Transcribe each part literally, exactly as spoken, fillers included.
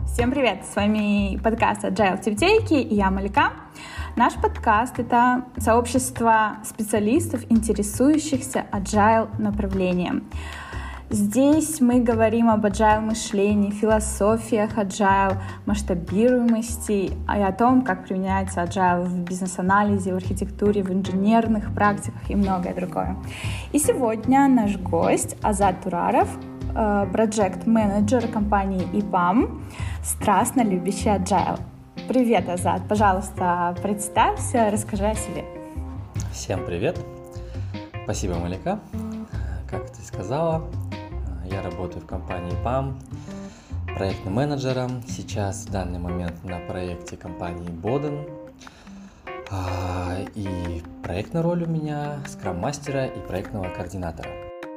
Всем привет! С вами подкаст Agile Тюбетейки и я Малика. Наш подкаст — это сообщество специалистов, интересующихся Agile направлением. Здесь мы говорим об Agile мышлении, философиях Agile, масштабируемости и о том, как применяется Agile в бизнес-анализе, в архитектуре, в инженерных практиках и многое другое. И сегодня наш гость Азат Тураров, проект-менеджер компании и пам, страстно любящий Agile. Привет, Азат. Пожалуйста, представься, расскажи о себе. Всем привет. Спасибо, Малика. Как ты сказала, я работаю в компании и пам проектным менеджером. Сейчас в данный момент на проекте компании Боден. И проектная роль у меня скрам-мастера и проектного координатора.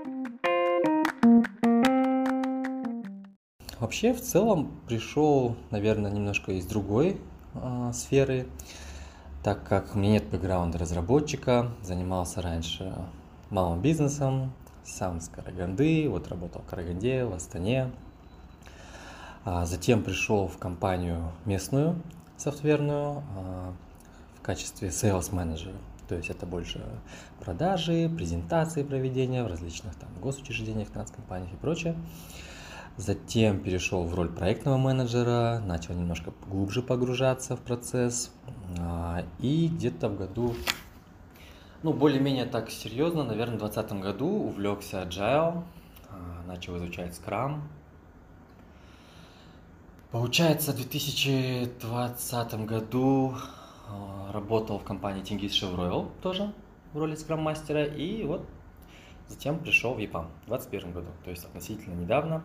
Вообще, в целом, пришел, наверное, немножко из другой э, сферы, так как у меня нет бэкграунда разработчика, занимался раньше малым бизнесом, сам с Караганды, вот работал в Караганде, в Астане. А затем пришел в компанию местную, софтверную, э, в качестве sales менеджера. То есть это больше продажи, презентации проведения в различных там госучреждениях, нацкомпаниях и прочее. Затем перешел в роль проектного менеджера, начал немножко глубже погружаться в процесс. И где-то в году, ну, более-менее так серьезно, наверное, в двадцатом году увлекся Agile, начал изучать Scrum. Получается, в две тысячи двадцатом году работал в компании Tengiz Chevroil тоже в роли Scrum-мастера. И вот затем пришел в и пам в двадцать первом году, то есть относительно недавно.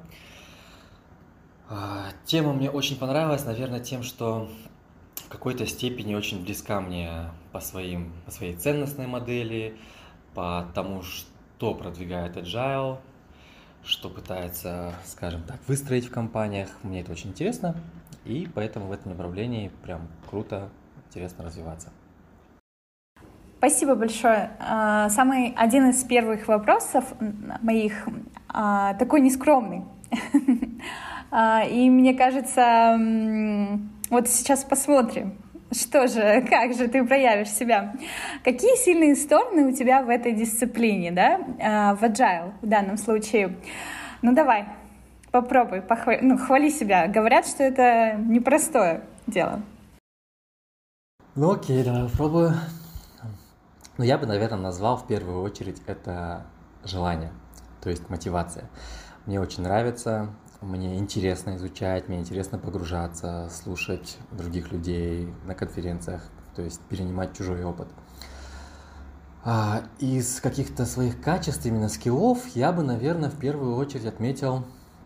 Тема мне очень понравилась, наверное, тем, что в какой-то степени очень близка мне по, своим, по своей ценностной модели, по тому, что продвигает Agile, что пытается, скажем так, выстроить в компаниях. Мне это очень интересно, и поэтому в этом направлении прям круто, интересно развиваться. Спасибо большое. Самый один из первых вопросов моих такой нескромный. И мне кажется, вот сейчас посмотрим, что же, как же ты проявишь себя. Какие сильные стороны у тебя в этой дисциплине, да, в Agile в данном случае? Ну давай, попробуй, похвали, ну, хвали себя. Говорят, что это непростое дело. Ну окей, давай попробую. Ну, я бы, наверное, назвал в первую очередь это желание, то есть мотивация. Мне очень нравится, мне интересно изучать, мне интересно погружаться, слушать других людей на конференциях, то есть перенимать чужой опыт. А из каких-то своих качеств, именно скиллов, я бы, наверное, в первую очередь отметил,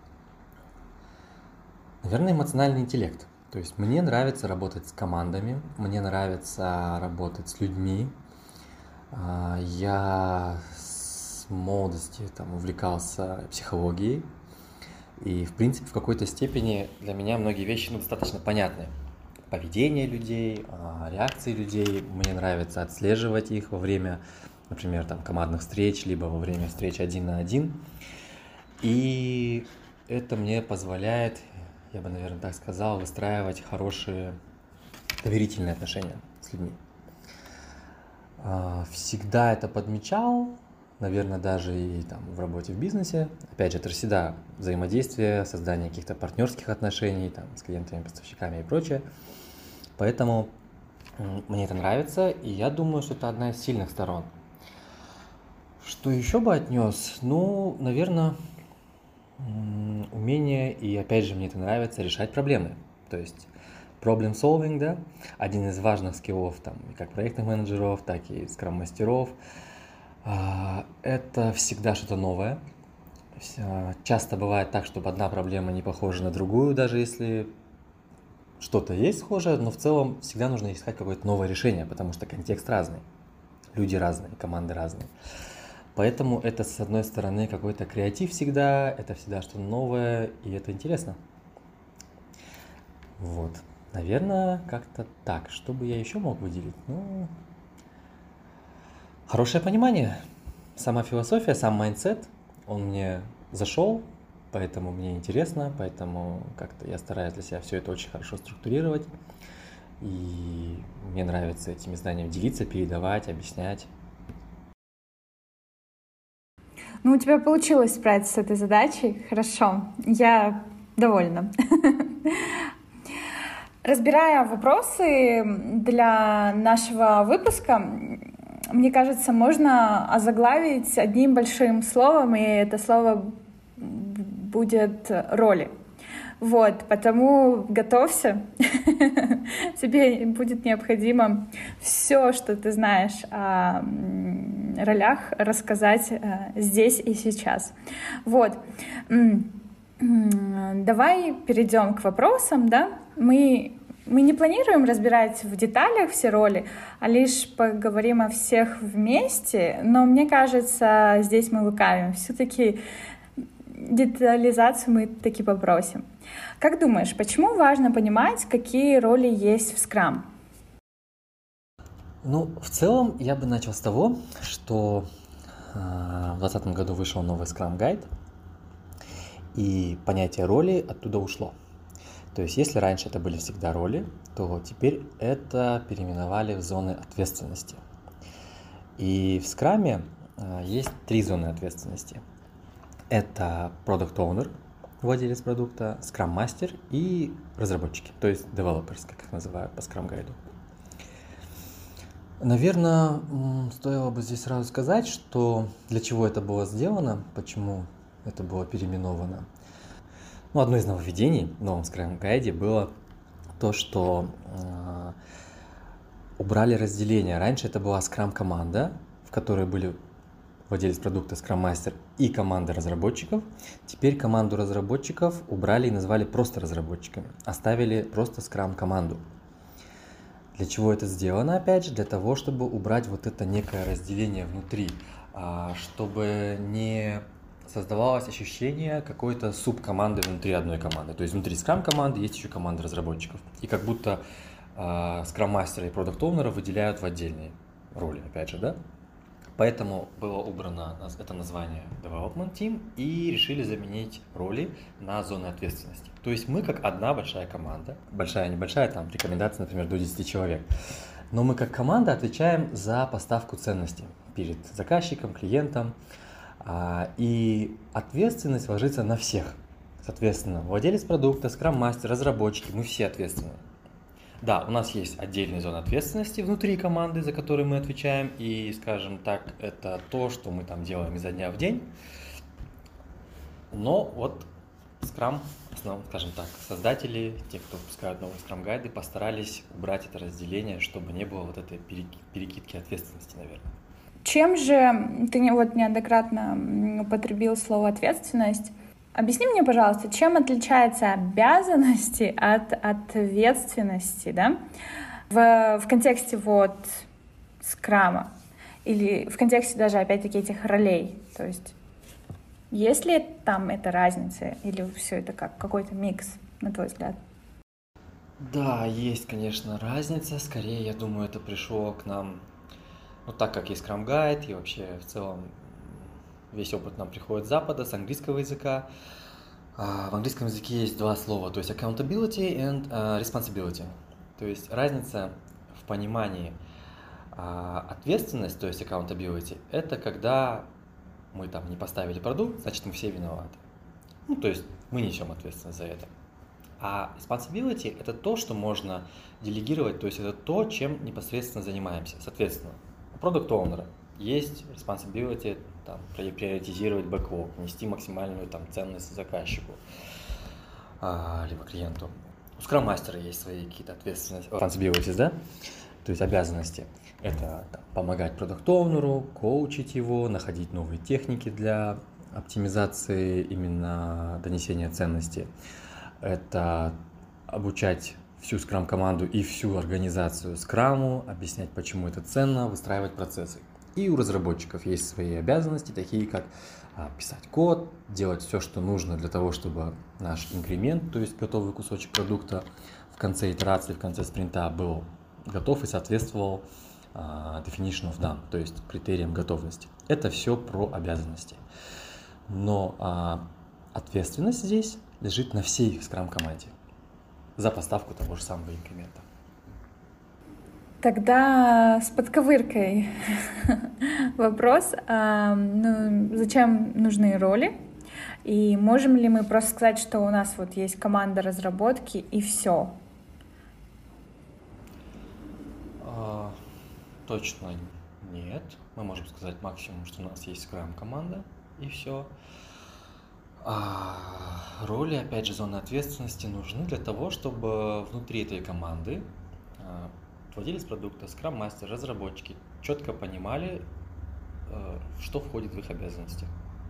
наверное, эмоциональный интеллект. То есть мне нравится работать с командами, мне нравится работать с людьми. Я с молодости там увлекался психологией, и, в принципе, в какой-то степени для меня многие вещи ну, достаточно понятны. Поведение людей, реакции людей, мне нравится отслеживать их во время, например, там, командных встреч, либо во время встреч один на один. И это мне позволяет, я бы, наверное, так сказал, выстраивать хорошие доверительные отношения с людьми. Всегда это подмечал, наверное, даже и там, в работе в бизнесе. Опять же, это всегда взаимодействие, создание каких-то партнерских отношений там, с клиентами, поставщиками и прочее. Поэтому мне это нравится, и я думаю, что это одна из сильных сторон. Что еще бы отнес? Ну, наверное, умение, и опять же, мне это нравится, решать проблемы. То есть problem solving, да, один из важных скиллов там, как проектных менеджеров, так и скрам-мастеров. Это всегда что-то новое. Часто бывает так, чтобы одна проблема не похожа на другую, даже если что-то есть схожее, но в целом всегда нужно искать какое-то новое решение, потому что контекст разный, люди разные, команды разные. Поэтому это, с одной стороны, какой-то креатив всегда, это всегда что-то новое, и это интересно. Вот. Наверное, как-то так. Что бы я еще мог выделить? Ну, хорошее понимание. Сама философия, сам майндсет, он мне зашел. поэтому мне интересно, поэтому как-то я стараюсь для себя все это очень хорошо структурировать. И мне нравится этими знаниями делиться, передавать, объяснять. Ну, у тебя получилось справиться с этой задачей. Хорошо. Я довольна. Разбирая вопросы для нашего выпуска, мне кажется, можно озаглавить одним большим словом, и это слово будет «роли». Вот, потому готовься. Тебе будет необходимо все, что ты знаешь о ролях, рассказать здесь и сейчас. Вот. Давай перейдем к вопросам, да? Мы, мы не планируем разбирать в деталях все роли, а лишь поговорим о всех вместе, но мне кажется, здесь мы лукавим. Все-таки детализацию мы таки попросим. Как думаешь, почему важно понимать, какие роли есть в Scrum? Ну, в целом, я бы начал с того, что э, в двадцатом году вышел новый Scrum Guide, и понятие роли оттуда ушло. То есть, если раньше это были всегда роли, то теперь это переименовали в зоны ответственности. И в Scrum э, есть три зоны ответственности. Это Product Owner, владелец продукта, Scrum Master и разработчики, то есть developers, как их называют по Scrum Guide. Наверное, стоило бы здесь сразу сказать, что для чего это было сделано, почему это было переименовано. Ну, одно из нововведений в новом Scrum Guide было то, что э, убрали разделение. Раньше это была Scrum-команда, в которой были владелец продукта, Scrum Master и команда разработчиков. Теперь команду разработчиков убрали и назвали просто разработчиками. Оставили просто Scrum-команду. Для чего это сделано, опять же? Для того, чтобы убрать вот это некое разделение внутри, чтобы не создавалось ощущение какой-то субкоманды внутри одной команды. То есть внутри Scrum-команды есть еще команда разработчиков. И как будто Scrum Master и Product Owner выделяют в отдельные роли, опять же, да? Поэтому было убрано это название Development Team и решили заменить роли на зоны ответственности. То есть мы как одна большая команда, большая, небольшая, там рекомендация, например, до десяти человек, но мы как команда отвечаем за поставку ценностей перед заказчиком, клиентом, и ответственность ложится на всех. Соответственно, владелец продукта, Scrum-мастер, разработчики, мы все ответственны. Да, у нас есть отдельная зона ответственности внутри команды, за которую мы отвечаем, и, скажем так, это то, что мы там делаем изо дня в день. Но вот Scrum, основ, скажем так, создатели, те, кто выпускают новые Scrum-гайды, постарались убрать это разделение, чтобы не было вот этой перекидки ответственности, наверное. Чем же, ты вот неоднократно употребил слово «ответственность», объясни мне, пожалуйста, чем отличаются обязанности от ответственности, да, в, в контексте вот скрама или в контексте даже, опять-таки, этих ролей, то есть есть ли там эта разница или все это как какой-то микс, на твой взгляд? Да, есть, конечно, разница, скорее, я думаю, это пришло к нам, ну, так как есть Scrum Guide и вообще в целом весь опыт нам приходит с Запада, с английского языка. В английском языке есть два слова, то есть accountability and responsibility. То есть разница в понимании ответственность, то есть accountability, это когда мы там не поставили продукт, значит мы все виноваты. Ну, то есть мы несем ответственность за это. А responsibility это то, что можно делегировать, то есть это то, чем непосредственно занимаемся. Соответственно, у product owner есть responsibility, там, приоритизировать бэклог, нести максимальную там, ценность заказчику, а, либо клиенту. У Scrum Master есть свои какие-то ответственности, responsibilities, да? То есть обязанности. Это там, помогать Product Owner, коучить его, находить новые техники для оптимизации именно донесения ценности. Это обучать всю Scrum-команду и всю организацию Scrum, объяснять, почему это ценно, выстраивать процессы. И у разработчиков есть свои обязанности, такие как писать код, делать все, что нужно для того, чтобы наш инкремент, то есть готовый кусочек продукта в конце итерации, в конце спринта был готов и соответствовал uh, definition of done, то есть критериям готовности. Это все про обязанности. Но uh, ответственность здесь лежит на всей скрам-команде за поставку того же самого инкремента. Тогда с подковыркой вопрос, а, ну, зачем нужны роли? И можем ли мы просто сказать, что у нас вот есть команда разработки и все? А, точно нет. Мы можем сказать максимум, что у нас есть скрам-команда и все. А роли, опять же, зоны ответственности нужны для того, чтобы внутри этой команды владелец продукта, скрам-мастер, разработчики четко понимали, что входит в их обязанности.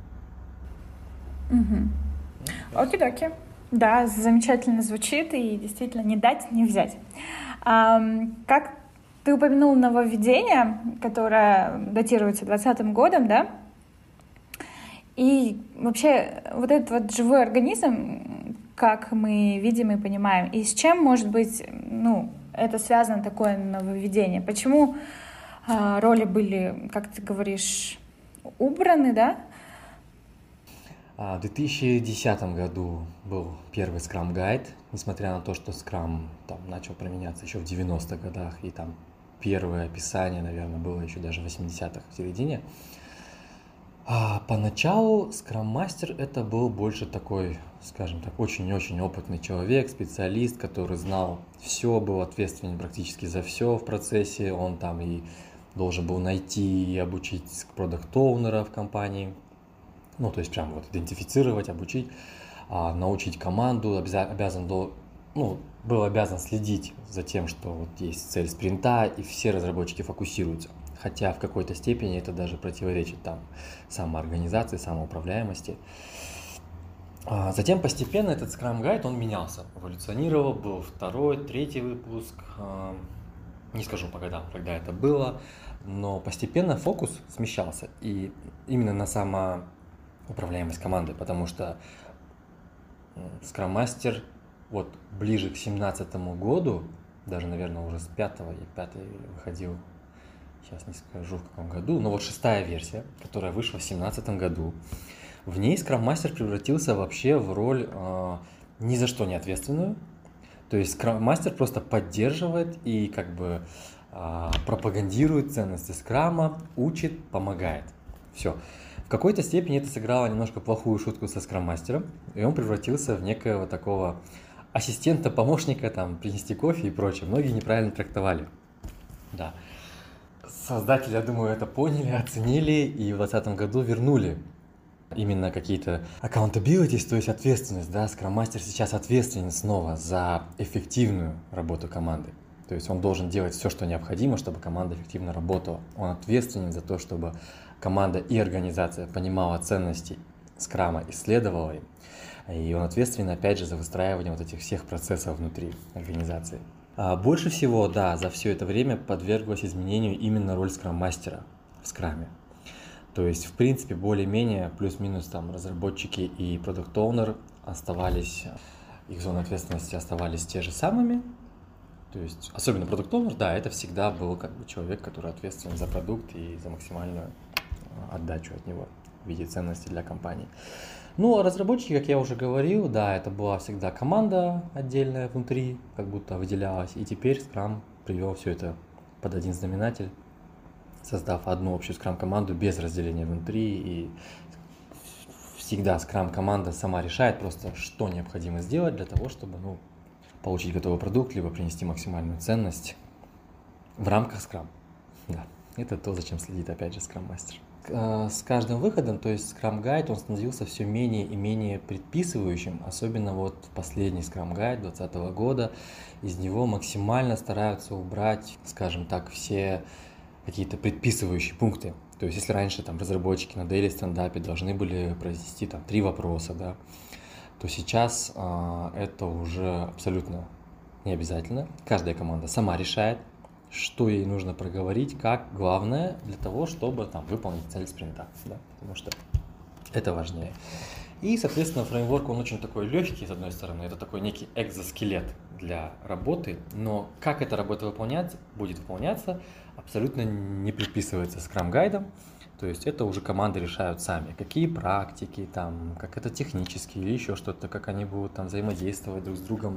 Угу. Окей-доки. Да, замечательно звучит и действительно не дать, не взять. А, как ты упомянул нововведение, которое датируется двадцатым годом, да? И вообще вот этот вот живой организм, как мы видим и понимаем, и с чем может быть, ну, это связано такое нововведение? Почему э, роли были, как ты говоришь, убраны, да? В две тысячи десятом году был первый Scrum Guide, несмотря на то, что Scrum там начал применяться еще в девяностых годах, и там первое описание, наверное, было еще даже в восьмидесятых, в середине. А поначалу Scrum Master это был больше такой, скажем так, очень-очень опытный человек, специалист, который знал все, был ответственен практически за все в процессе. Он там и должен был найти и обучить продакт-оунера в компании, ну, то есть прям вот идентифицировать, обучить, а, научить команду, обязан был, ну, был обязан следить за тем, что вот есть цель спринта, и все разработчики фокусируются. Хотя в какой-то степени это даже противоречит там самоорганизации, самоуправляемости. А затем постепенно этот Scrum Guide, он менялся, эволюционировал, был второй, третий выпуск, не скажу по годам, когда это было, но постепенно фокус смещался и именно на самоуправляемость команды, потому что Scrum Master вот ближе к семнадцатому году, даже, наверное, уже с пятого, и пятый выходил, сейчас не скажу в каком году, но вот шестая версия, которая вышла в семнадцатом году, в ней Scrum Master превратился вообще в роль э, ни за что не ответственную. То есть Scrum Master просто поддерживает и как бы э, пропагандирует ценности скрама, учит, помогает. Все. В какой-то степени это сыграло немножко плохую шутку со Scrum Master, и он превратился в некого такого ассистента, помощника, там, принести кофе и прочее. Многие неправильно трактовали. Да. Создатели, я думаю, это поняли, оценили и в двадцатом году вернули именно какие-то accountabilities, то есть ответственность, да, Scrum Master сейчас ответственен снова за эффективную работу команды. То есть он должен делать все, что необходимо, чтобы команда эффективно работала. Он ответственен за то, чтобы команда и организация понимала ценности скрама, исследовала им. И он ответственен, опять же, за выстраивание вот этих всех процессов внутри организации. А больше всего, да, за все это время подверглась изменению именно роль скрам-мастера в скраме. То есть, в принципе, более-менее плюс-минус там разработчики и продакт-оунер оставались, их зоны ответственности оставались те же самыми. То есть, особенно продакт-оунер, да, это всегда был как бы человек, который ответственен за продукт и за максимальную отдачу от него в виде ценности для компании. Ну, а разработчики, как я уже говорил, да, это была всегда команда отдельная внутри, как будто выделялась. И теперь Scrum привел все это под один знаменатель, создав одну общую Scrum-команду без разделения внутри. И всегда Scrum-команда сама решает просто, что необходимо сделать для того, чтобы, ну, получить готовый продукт, либо принести максимальную ценность в рамках Scrum. Да, это то, зачем следит, опять же, Scrum-мастер. С каждым выходом, то есть Scrum Guide, он становился все менее и менее предписывающим, особенно вот последний Scrum Guide двадцатого года, из него максимально стараются убрать, скажем так, все какие-то предписывающие пункты. То есть если раньше там разработчики на daily стендапе должны были произвести там три вопроса, да, то сейчас а, это уже абсолютно не обязательно. Каждая команда сама решает, что ей нужно проговорить, как главное для того, чтобы там выполнить цель спринта, да, потому что это важнее. И, соответственно, фреймворк, он очень такой легкий, с одной стороны, это такой некий экзоскелет для работы, но как эта работа выполняться, будет выполняться, абсолютно не предписывается Scrum-гайдом, То есть это уже команды решают сами, какие практики, там, как это технически или еще что-то, как они будут там взаимодействовать друг с другом.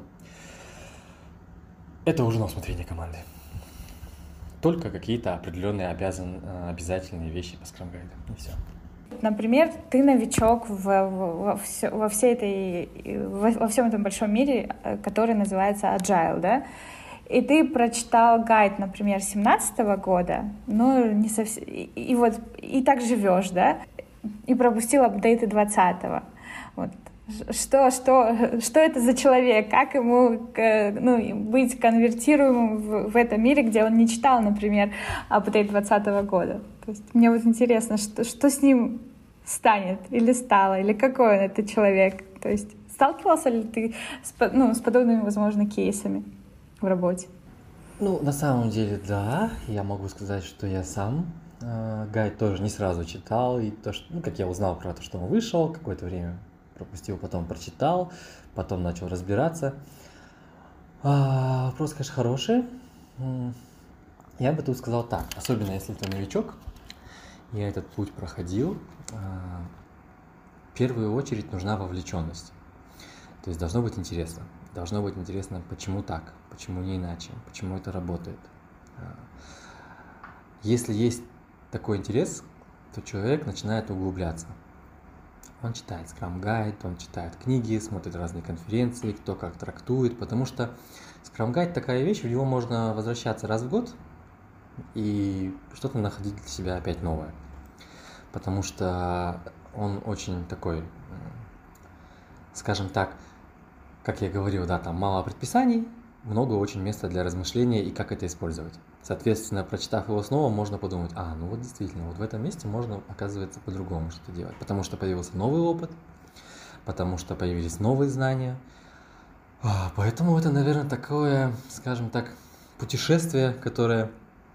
Это уже на усмотрение команды. Только какие-то определенные обязан, обязательные вещи по скрам-гайду, и все. Например, ты новичок в, во, все, во, всей этой, во, во всем этом большом мире, который называется Agile, да? И ты прочитал гайд, например, семнадцатого года, ну, не совсем, и, и вот, и так живешь, да? И пропустил апдейты двадцатого. Вот. Что, что, что это за человек? Как ему ну, быть конвертируемым в, в этом мире, где он не читал, например, апдейт двадцатого года? То есть мне вот интересно, что, что с ним станет или стало, или какой он этот человек? То есть сталкивался ли ты с, ну, с подобными, возможно, кейсами в работе? Ну, на самом деле, да. Я могу сказать, что я сам э, гайд тоже не сразу читал. И то, что, ну, как я узнал про то, что он вышел, какое-то время пропустил, потом прочитал, потом начал разбираться. А, вопрос, конечно, хороший. Я бы тут сказал так, особенно если ты новичок, я этот путь проходил, в первую очередь нужна вовлеченность. То есть должно быть интересно. Должно быть интересно, почему так, почему не иначе, почему это работает. Если есть такой интерес, то человек начинает углубляться. Он читает Scrum Guide, он читает книги, смотрит разные конференции, кто как трактует, потому что Scrum Guide такая вещь, в него можно возвращаться раз в год и что-то находить для себя опять новое. Потому что он очень такой, скажем так, как я говорил, да, там мало предписаний, много очень места для размышления и как это использовать. Соответственно, прочитав его снова, можно подумать, а, ну вот действительно, вот в этом месте можно, оказывается, по-другому что-то делать. Потому что появился новый опыт, потому что появились новые знания. Поэтому это, наверное, такое, скажем так, путешествие, которое,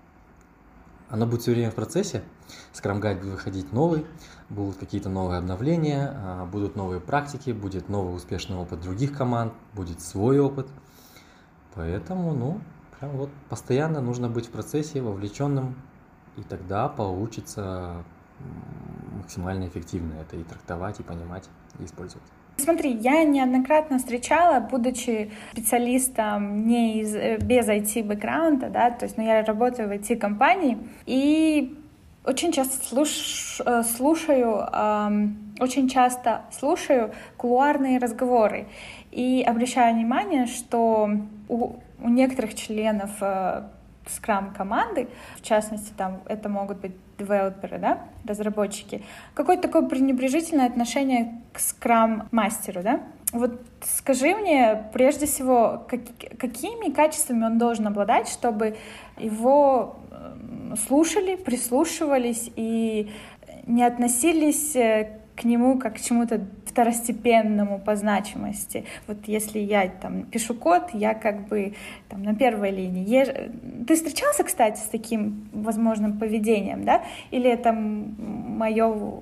оно будет все время в процессе. Scrum Guide будет выходить новый, будут какие-то новые обновления, будут новые практики, будет новый успешный опыт других команд, будет свой опыт. Поэтому, ну, прям вот постоянно нужно быть в процессе, вовлеченным, и тогда получится максимально эффективно это и трактовать, и понимать, и использовать. Смотри, я неоднократно встречала, будучи специалистом не из, без ай ти-бэкграунда, да, то есть ну, я работаю в ай ти-компании, и очень часто слуш, слушаю, эм, очень часто слушаю кулуарные разговоры и обращаю внимание, что у, у некоторых членов э, Scrum-команды, в частности, там это могут быть девелоперы, да, разработчики, какое-то такое пренебрежительное отношение к Scrum-мастеру, да? Вот скажи мне, прежде всего, как, какими качествами он должен обладать, чтобы его слушали, прислушивались и не относились к нему как к чему-то второстепенному по значимости. Вот если я там пишу код, я как бы там на первой линии. Ты встречался, кстати, с таким возможным поведением, да? Или это мое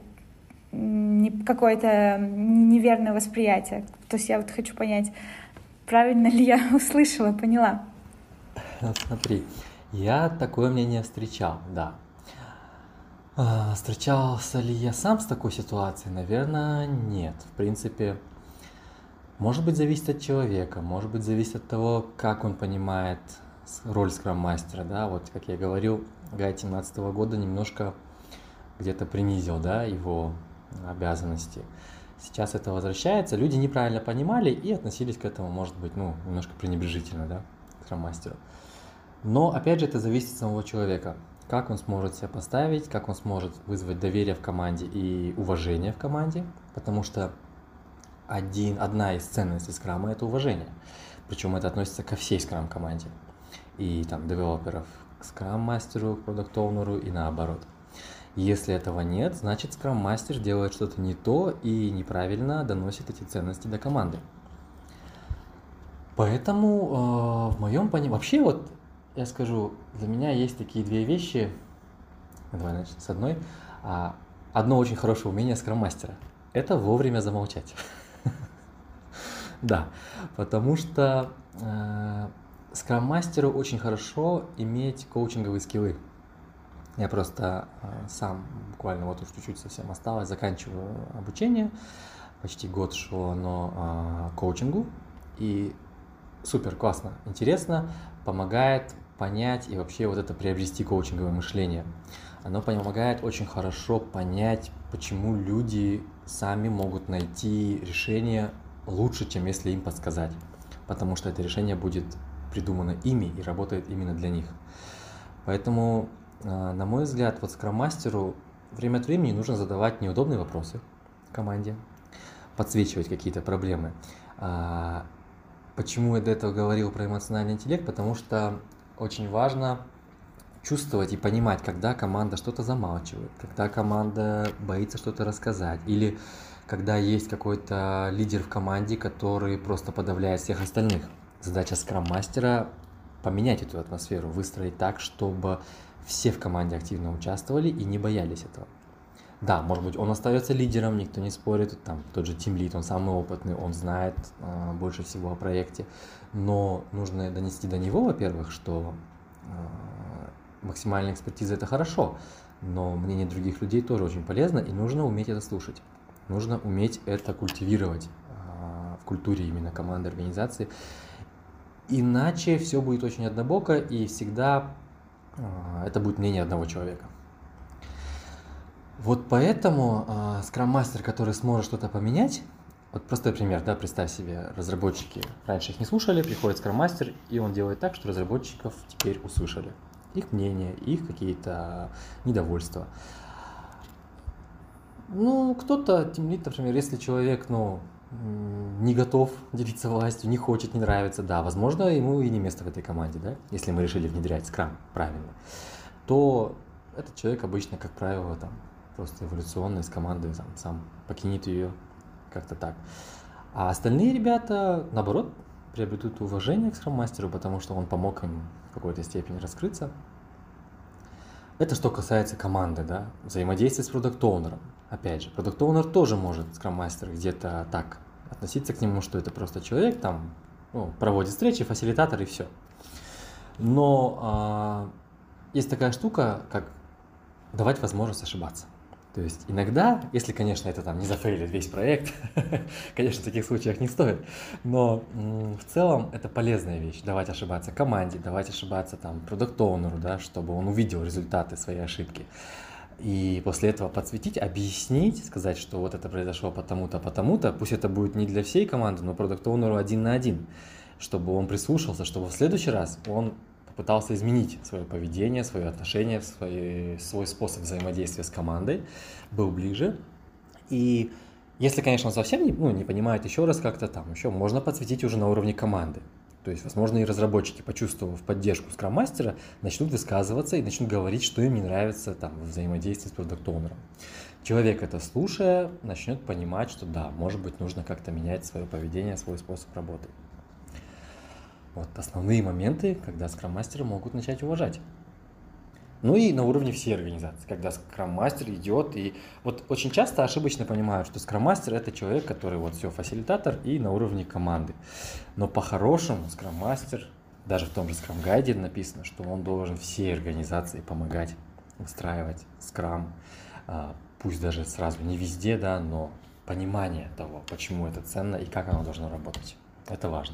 какое-то неверное восприятие? То есть я вот хочу понять, правильно ли я услышала, поняла? Смотри, я такое мнение встречал, да. Встречался ли я сам с такой ситуацией? Наверное, нет. В принципе, может быть, зависит от человека, может быть, зависит от того, как он понимает роль скрам-мастера, да, вот, как я говорил, гайд семнадцатого года немножко где-то принизил, да, его обязанности. Сейчас это возвращается, люди неправильно понимали и относились к этому, может быть, ну, немножко пренебрежительно, да, к скрам-мастеру. Но, опять же, это зависит от самого человека. Как он сможет себя поставить, как он сможет вызвать доверие в команде и уважение в команде, потому что один, одна из ценностей скрама – это уважение. Причем это относится ко всей скрам-команде. И там девелоперов к скрам-мастеру, к продакт-оунеру и наоборот. Если этого нет, значит скрам-мастер делает что-то не то и неправильно доносит эти ценности до команды. Поэтому э, в моем понимании… Вообще вот, я скажу, для меня есть такие две вещи. Давай начнем с одной. Одно очень хорошее умение скрам-мастера – это вовремя замолчать. Да, потому что скрам-мастеру очень хорошо иметь коучинговые скиллы. Я просто сам буквально вот уж чуть-чуть совсем осталось, заканчиваю обучение, почти год шло оно коучингу, и супер классно, интересно, помогает понять и вообще вот это приобрести коучинговое мышление. Оно помогает очень хорошо понять, почему люди сами могут найти решение лучше, чем если им подсказать, потому что это решение будет придумано ими и работает именно для них. Поэтому, на мой взгляд, вот скрам-мастеру время от времени нужно задавать неудобные вопросы команде, подсвечивать какие-то проблемы. Почему я до этого говорил про эмоциональный интеллект? Потому что очень важно чувствовать и понимать, когда команда что-то замалчивает, когда команда боится что-то рассказать, или когда есть какой-то лидер в команде, который просто подавляет всех остальных. Задача скрам-мастера – поменять эту атмосферу, выстроить так, чтобы все в команде активно участвовали и не боялись этого. Да, может быть, он остается лидером, никто не спорит, там тот же тимлид, он самый опытный, он знает э, больше всего о проекте, но нужно донести до него, во-первых, что э, максимальная экспертиза – это хорошо, но мнение других людей тоже очень полезно, и нужно уметь это слушать, нужно уметь это культивировать э, в культуре именно команды, организации, иначе все будет очень однобоко, и всегда э, это будет мнение одного человека. Вот поэтому э, скрам-мастер, который сможет что-то поменять, вот простой пример, да, представь себе, разработчики раньше их не слушали, приходит скрам-мастер, и он делает так, что разработчиков теперь услышали, их мнение, их какие-то недовольства. Ну, кто-то, тимлид, например, если человек, ну, не готов делиться властью, не хочет, не нравится, да, возможно, ему и не место в этой команде, да, если мы решили внедрять скрам правильно, то этот человек обычно, как правило, там, просто эволюционно из команды там, сам покинет ее, как-то так. А остальные ребята, наоборот, приобретут уважение к скрам-мастеру, потому что он помог им в какой-то степени раскрыться. Это что касается команды, да, взаимодействия с продакт-оунером. Опять же, продакт-оунер тоже может, скрам-мастер, где-то так относиться к нему, что это просто человек, там, ну, проводит встречи, фасилитатор и все. Но а, есть такая штука, как давать возможность ошибаться. То есть иногда, если, конечно, это там не зафейлит весь проект, конечно, в таких случаях не стоит, но м, в целом это полезная вещь, давать ошибаться команде, давать ошибаться там продакт-оунеру, да, чтобы он увидел результаты своей ошибки. И после этого подсветить, объяснить, сказать, что вот это произошло потому-то, потому-то, пусть это будет не для всей команды, но продакт-оунеру один на один, чтобы он прислушался, чтобы в следующий раз он пытался изменить свое поведение, свое отношение, свой, свой способ взаимодействия с командой, был ближе. И если, конечно, он совсем не, ну, не понимает еще раз как-то там, еще можно подсветить уже на уровне команды. То есть, возможно, и разработчики, почувствовав поддержку скрам-мастера, начнут высказываться и начнут говорить, что им не нравится там, в взаимодействии с продакт-оунером. Человек это слушая, начнет понимать, что да, может быть, нужно как-то менять свое поведение, свой способ работы. Вот основные моменты, когда скрам-мастера могут начать уважать. Ну и на уровне всей организации, когда скрам-мастер идет и... Вот очень часто ошибочно понимают, что скрам-мастер – это человек, который вот все, фасилитатор и на уровне команды. Но по-хорошему скрам-мастер, даже в том же скрам-гайде написано, что он должен всей организации помогать устраивать скрам, пусть даже сразу не везде, да, но понимание того, почему это ценно и как оно должно работать. Это важно.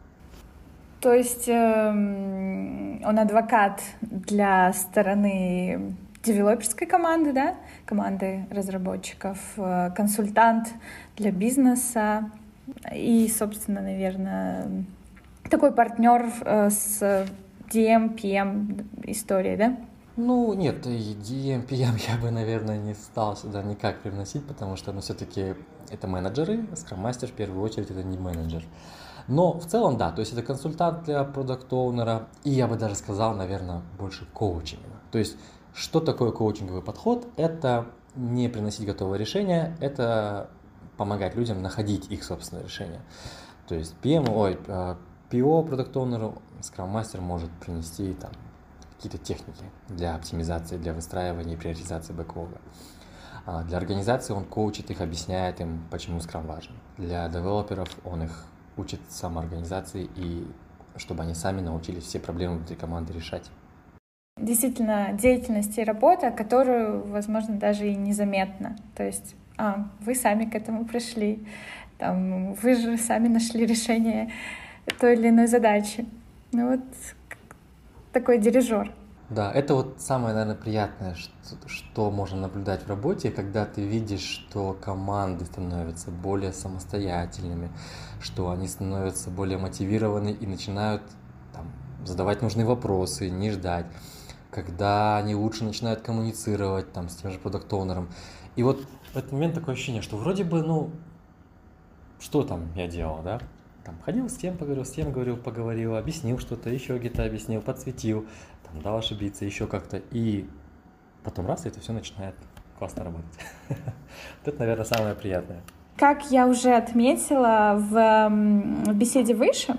То есть э, он адвокат для стороны девелоперской команды, да, команды разработчиков, э, консультант для бизнеса и, собственно, наверное, такой партнер э, с ди эм, пи эм историей, да? Ну, нет, и ди эм, пи эм я бы, наверное, не стал сюда никак привносить, потому что, ну, все-таки это менеджеры, скрам-мастер в первую очередь это не менеджер. Но в целом, да, то есть это консультант для продакт-оунера, и я бы даже сказал, наверное, больше коучинга. То есть, что такое коучинговый подход? Это не приносить готовое решение, это помогать людям находить их собственное решение. То есть пи эм, ой, пи о продакт-оунеру, скрам-мастер может принести там какие-то техники для оптимизации, для выстраивания и приоритизации бэклога. Для организации он коучит их, объясняет им, почему скрам важен. Для девелоперов он их учит самоорганизации и чтобы они сами научились все проблемы внутри команды решать. действительно деятельность и работа, которую, возможно, даже и незаметно. То есть, а, вы сами к этому пришли, там, вы же сами нашли решение той или иной задачи. Ну вот такой дирижер. Да, это вот самое, наверное, приятное, что, что можно наблюдать в работе, когда ты видишь, что команды становятся более самостоятельными, что они становятся более мотивированы и начинают там, задавать нужные вопросы, не ждать, когда они лучше начинают коммуницировать там, с тем же продакт-оунером. И вот в этот момент такое ощущение, что вроде бы, ну, что там я делал, да? Там ходил с тем, поговорил, с тем говорил, поговорил, объяснил что-то, еще где-то объяснил, подсветил, там, дал ошибиться, еще как-то. И потом раз, и это все начинает классно работать. Это, наверное, самое приятное. Как я уже отметила в беседе выше,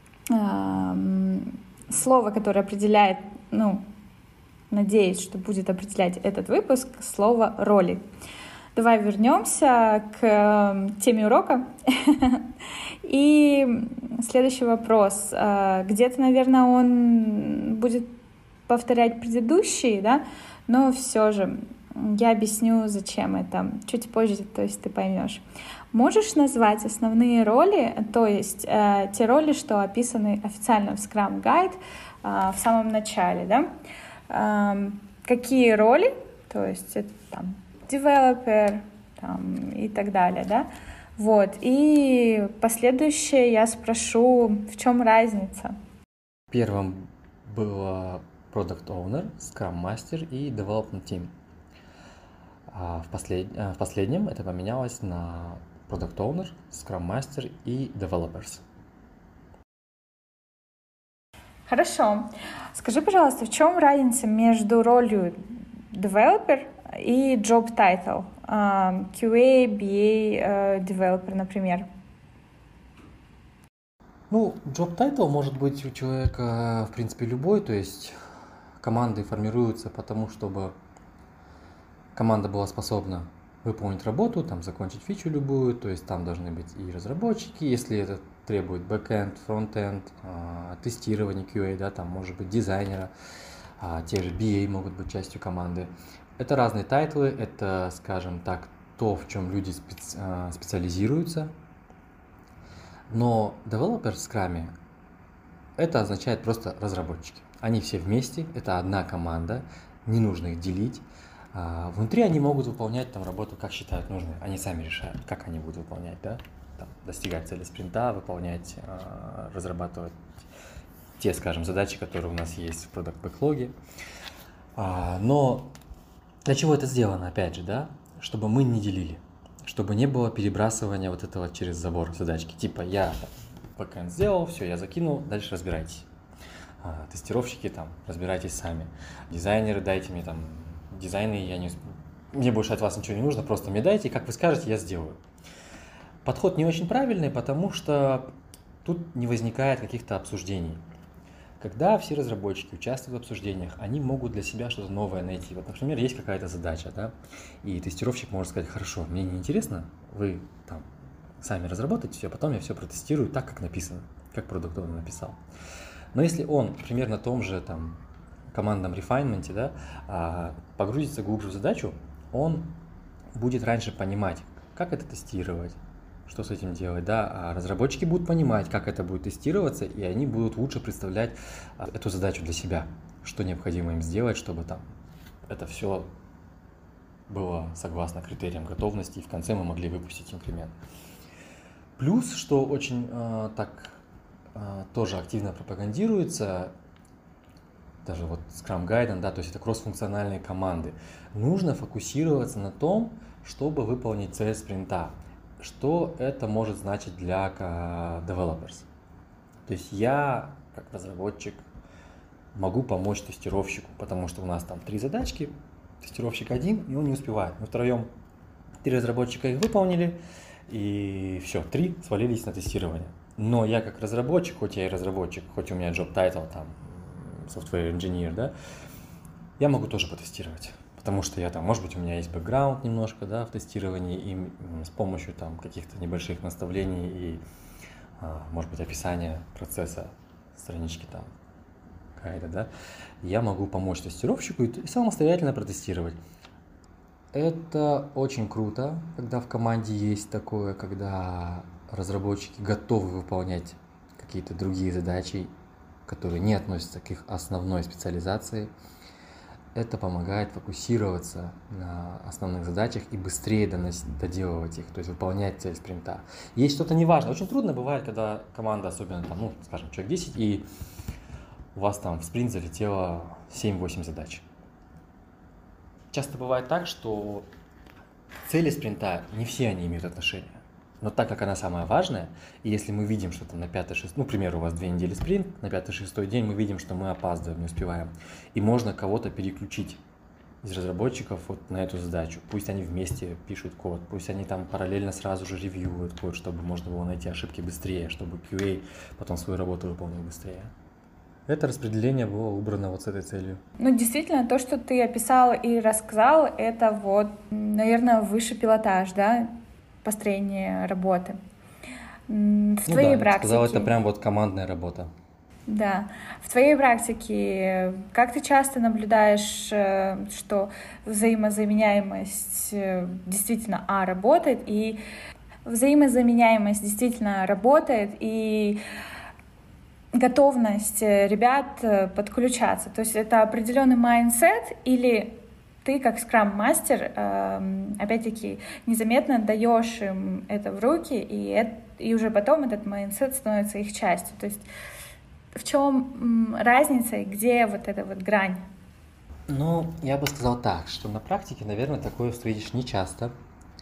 слово, которое определяет, ну, надеюсь, что будет определять этот выпуск, слово «роли». Давай вернемся к теме урока. И следующий вопрос. Где-то, наверное, он будет повторять предыдущий, да, но все же я объясню, зачем это чуть позже, то есть ты поймешь. Можешь назвать основные роли, то есть э, те роли, что описаны официально в Scrum Guide э, в самом начале, да? Э, какие роли, то есть это там developer там, и так далее, да? Вот. И последующее я спрошу, в чем разница? Первым было Product Owner, Scrum Master и Development Team. А в, послед... в последнем это поменялось на Product Owner, Scrum Master и Developers. Хорошо. Скажи, пожалуйста, в чем разница между ролью Developer и Job Title? кью эй, би эй, Developer, например. Ну, Job Title может быть у человека, в принципе, любой, то есть команды формируются потому, чтобы команда была способна выполнить работу, там, закончить фичу любую, то есть там должны быть и разработчики, если это требует бэкэнд, фронтэнд, тестирование кью эй, да, там может быть дизайнера, те же би эй могут быть частью команды. Это разные тайтлы, это, скажем так, то, в чем люди специ... специализируются. Но developer в Scrum это означает просто разработчики. Они все вместе, это одна команда, не нужно их делить. Внутри они могут выполнять там работу, как считают нужным. Они сами решают, как они будут выполнять, да? Там, достигать цели спринта, выполнять, разрабатывать те, скажем, задачи, которые у нас есть в продакт бэклоге. Но для чего это сделано, опять же, да? Чтобы мы не делили, чтобы не было перебрасывания вот этого через забор задачки. Типа я бэкэнд сделал, все, я закинул, дальше разбирайтесь. А, тестировщики там, разбирайтесь сами. Дизайнеры, дайте мне там дизайны, я не... мне больше от вас ничего не нужно, просто мне дайте, как вы скажете, я сделаю. Подход не очень правильный, потому что тут не возникает каких-то обсуждений. Когда все разработчики участвуют в обсуждениях, они могут для себя что-то новое найти. Вот, например, есть какая-то задача, да, и тестировщик может сказать: хорошо, мне не интересно, вы там сами разработаете все, потом я все протестирую так, как написано, как продукт он написал. Но если он, например, на том же там командном рефайнменте, да, погрузится глубже в задачу, он будет раньше понимать, как это тестировать, что с этим делать, да, а разработчики будут понимать, как это будет тестироваться, и они будут лучше представлять эту задачу для себя, что необходимо им сделать, чтобы там это все было согласно критериям готовности, и в конце мы могли выпустить инкремент. Плюс, что очень э, так э, тоже активно пропагандируется, даже вот Scrum Guide, да, то есть это кроссфункциональные команды, нужно фокусироваться на том, чтобы выполнить цель спринта. Что это может значить для developers? То есть я, как разработчик, могу помочь тестировщику, потому что у нас там три задачки, тестировщик один, и он не успевает. Мы втроем, три разработчика их выполнили, и все, три свалились на тестирование. Но я как разработчик, хоть я и разработчик, хоть у меня job title там software engineer, да, я могу тоже потестировать. Потому что я там, может быть, у меня есть бэкграунд немножко, да, в тестировании, и с помощью там каких-то небольших наставлений и, может быть, описания процесса странички там какая-то, да, я могу помочь тестировщику и самостоятельно протестировать. Это очень круто, когда в команде есть такое, когда разработчики готовы выполнять какие-то другие задачи, которые не относятся к их основной специализации. Это помогает фокусироваться на основных задачах и быстрее доносить, доделывать их, то есть выполнять цель спринта. Есть что-то неважное. Очень трудно бывает, когда команда, особенно там, ну, скажем, человек десять, и у вас там в спринт залетело семь-восемь задач. Часто бывает так, что цели спринта, не все они имеют отношение. Но так как она самая важная, и если мы видим, что там на пятый-шестой, ну, к примеру, у вас две недели спринт, на пятый-шестой день мы видим, что мы опаздываем, не успеваем, и можно кого-то переключить из разработчиков вот на эту задачу. Пусть они вместе пишут код, пусть они там параллельно сразу же ревьюют код, чтобы можно было найти ошибки быстрее, чтобы кью эй потом свою работу выполнил быстрее. Это распределение было убрано вот с этой целью. Ну, действительно, то, что ты описал и рассказал, это вот, наверное, высший пилотаж, да, построение работы. В ну твоей да, практике... Я сказал, это прям вот командная работа. Да. В твоей практике как ты часто наблюдаешь, что взаимозаменяемость действительно а, работает, и взаимозаменяемость действительно работает, и готовность ребят подключаться? То есть это определенный майндсет, или ты, как скрам-мастер, опять-таки, незаметно даешь им это в руки, и, это, и уже потом этот майндсет становится их частью? То есть в чем разница и где вот эта вот грань? Ну, я бы сказал так, что на практике, наверное, такое встретишь не часто.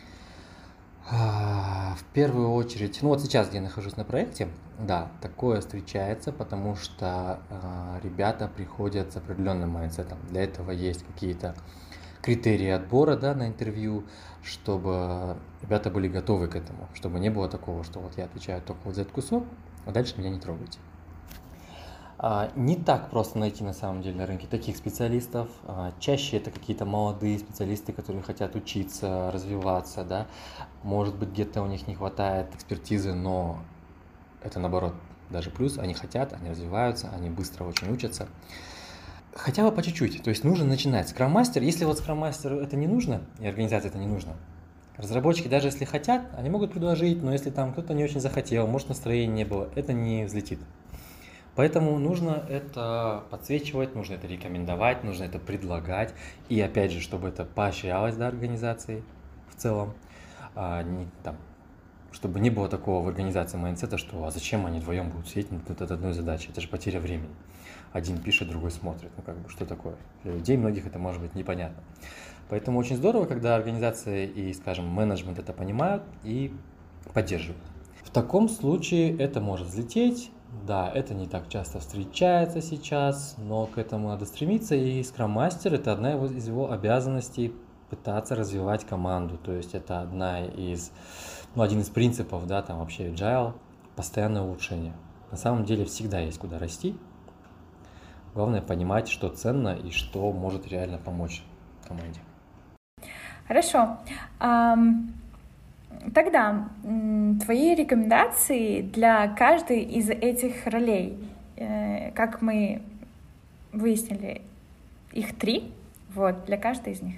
В первую очередь, ну вот сейчас, где я нахожусь на проекте, да, такое встречается, потому что э, ребята приходят с определенным майндсетом. Для этого есть какие-то критерии отбора, да, на интервью, чтобы ребята были готовы к этому, чтобы не было такого, что вот я отвечаю только вот за этот кусок, а дальше меня не трогайте. А, не так просто найти на самом деле на рынке таких специалистов. А, чаще это какие-то молодые специалисты, которые хотят учиться, развиваться, да. Может быть, где-то у них не хватает экспертизы, но это наоборот даже плюс. Они хотят, они развиваются, они быстро очень учатся. Хотя бы по чуть-чуть. То есть нужно начинать. Скрам-мастер, если вот скрам-мастеру это не нужно, и организации это не нужно, разработчики даже если хотят, они могут предложить, но если там кто-то не очень захотел, может настроения не было, это не взлетит. Поэтому нужно это подсвечивать, нужно это рекомендовать, нужно это предлагать. И опять же, чтобы это поощрялось, да, организацией в целом. А не, там, чтобы не было такого в организации майндсета, что а зачем они вдвоем будут сидеть над одной задачей. Это же потеря времени. Один пишет, другой смотрит. Ну как бы, что такое? Для людей многих это может быть непонятно. Поэтому очень здорово, когда организация и, скажем, менеджмент это понимают и поддерживают. В таком случае это может взлететь. Да, это не так часто встречается сейчас, но к этому надо стремиться, и скрам-мастер – это одна из его обязанностей пытаться развивать команду, то есть это одна из, ну, один из принципов, да, там вообще agile – постоянное улучшение. На самом деле всегда есть куда расти, главное понимать, что ценно и что может реально помочь команде. Хорошо. Um... Тогда твои рекомендации для каждой из этих ролей, как мы выяснили, их три, вот, для каждой из них.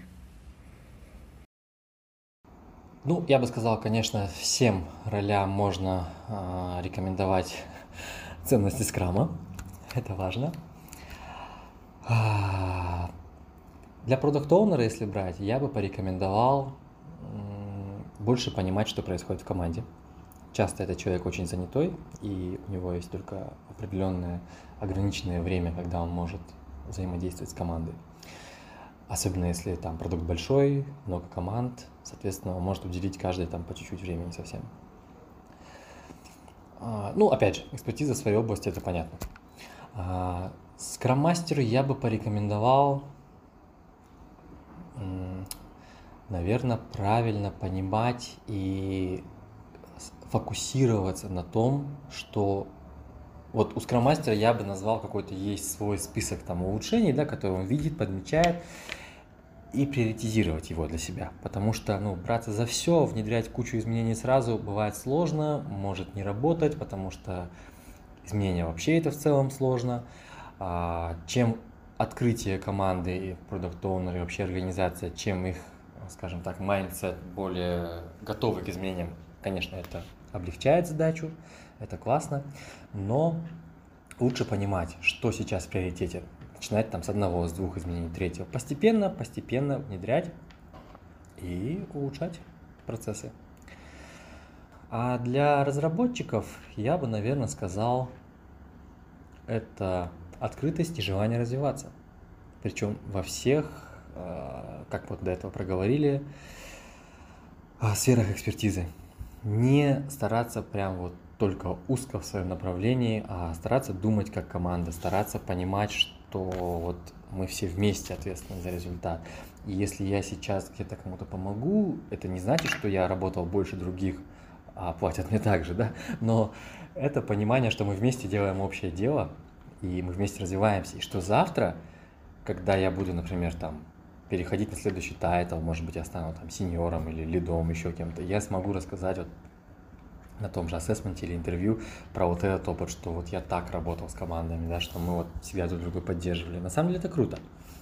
Ну, я бы сказал, конечно, всем ролям можно э, рекомендовать ценности скрама, это важно. А, для продакт-оунера, если брать, я бы порекомендовал больше понимать, что происходит в команде. Часто этот человек очень занятой, и у него есть только определенное ограниченное время, когда он может взаимодействовать с командой. Особенно если там продукт большой, много команд, соответственно, он может уделить каждой там по чуть-чуть времени совсем. Ну, опять же, экспертиза в своей области, это понятно. Скрам-мастеру я бы порекомендовал, наверное, правильно понимать и фокусироваться на том, что вот у скрам-мастера я бы назвал какой-то есть свой список там улучшений, да, который он видит, подмечает, и приоритизировать его для себя. Потому что, ну, браться за все, внедрять кучу изменений сразу бывает сложно, может не работать, потому что изменения вообще это в целом сложно. чем открытие команды, продакт-оунеры и вообще организация, чем их, скажем так, майндсет более готовы к изменениям, конечно, это облегчает задачу, это классно, но лучше понимать, что сейчас в приоритете. Начинать там с одного, с двух изменений, третьего. Постепенно, постепенно внедрять и улучшать процессы. А для разработчиков я бы, наверное, сказал, это открытость и желание развиваться. Причем во всех, как вот до этого проговорили, сферах экспертизы. Не стараться прям вот только узко в своем направлении, а стараться думать как команда, стараться понимать, что вот мы все вместе ответственны за результат. И если я сейчас где-то кому-то помогу, это не значит, что я работал больше других, а платят мне так же, да? Но это понимание, что мы вместе делаем общее дело, и мы вместе развиваемся. И что завтра, когда я буду, например, там, переходить на следующий тайтл, может быть, я стану там сеньором или лидом, еще кем-то, я смогу рассказать вот на том же ассессменте или интервью про вот этот опыт, что вот я так работал с командами, да, что мы вот себя друг друга поддерживали. На самом деле это круто.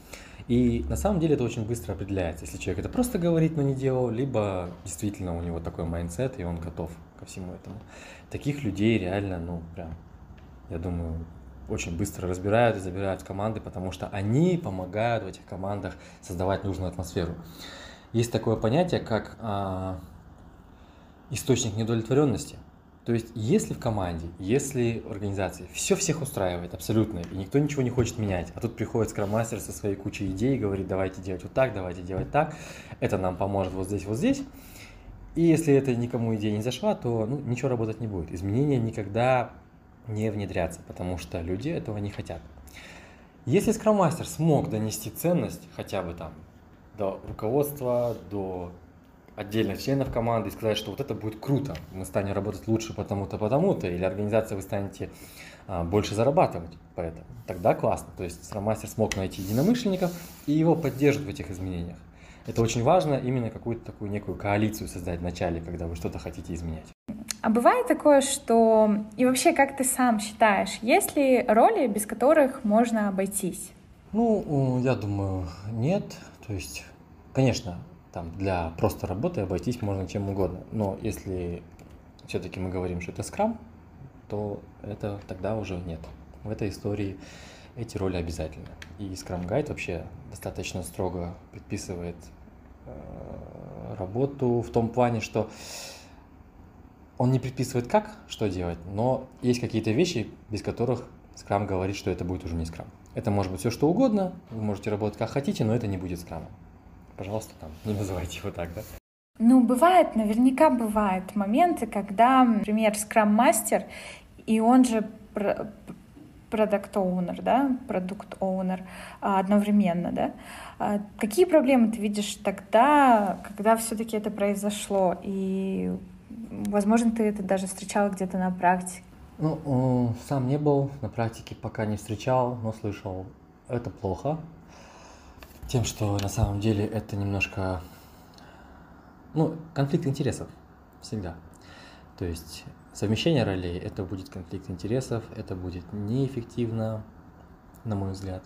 И на самом деле это очень быстро определяется, если человек это просто говорит, но не делал, либо действительно у него такой майндсет, и он готов ко всему этому. Таких людей реально, ну, прям, я думаю, очень быстро разбирают и забирают в команды, потому что они помогают в этих командах создавать нужную атмосферу. Есть такое понятие, как а, источник неудовлетворенности. То есть, если в команде, если в организации все всех устраивает абсолютно, и никто ничего не хочет менять, а тут приходит скрам-мастер со своей кучей идей и говорит, давайте делать вот так, давайте делать так, это нам поможет вот здесь, вот здесь. И если это никому идея не зашла, то ну, ничего работать не будет. Изменения никогда не внедрятся, потому что люди этого не хотят. Если скрам-мастер смог донести ценность хотя бы там до руководства, до отдельных членов команды и сказать, что вот это будет круто, мы станем работать лучше потому-то, потому-то, или организация вы станете а, больше зарабатывать поэтому, тогда классно. То есть скрам-мастер смог найти единомышленников и его поддержат в этих изменениях. Это очень важно, именно какую-то такую некую коалицию создать в начале, когда вы что-то хотите изменять. А бывает такое, что... И вообще, как ты сам считаешь, есть ли роли, без которых можно обойтись? Ну, я думаю, нет. То есть, конечно, там для просто работы обойтись можно чем угодно. Но если все-таки мы говорим, что это скрам, то это тогда уже нет. В этой истории эти роли обязательны. И Scrum Guide вообще достаточно строго предписывает э, работу в том плане, что он не предписывает, как, что делать, но есть какие-то вещи, без которых Scrum говорит, что это будет уже не Scrum. Это может быть все что угодно, вы можете работать как хотите, но это не будет Scrum. Пожалуйста, там, не называйте его так, да? Ну, бывает, наверняка бывают моменты, когда, например, скрам-мастер, и он же продакт-оунер, да, продукт-оунер одновременно, да? Какие проблемы ты видишь тогда, когда все-таки это произошло? И, возможно, ты это даже встречал где-то на практике? Ну, сам не был, на практике пока не встречал, но слышал. Это плохо. Тем, что на самом деле это немножко, ну, конфликт интересов всегда. То есть совмещение ролей – это будет конфликт интересов, это будет неэффективно, на мой взгляд.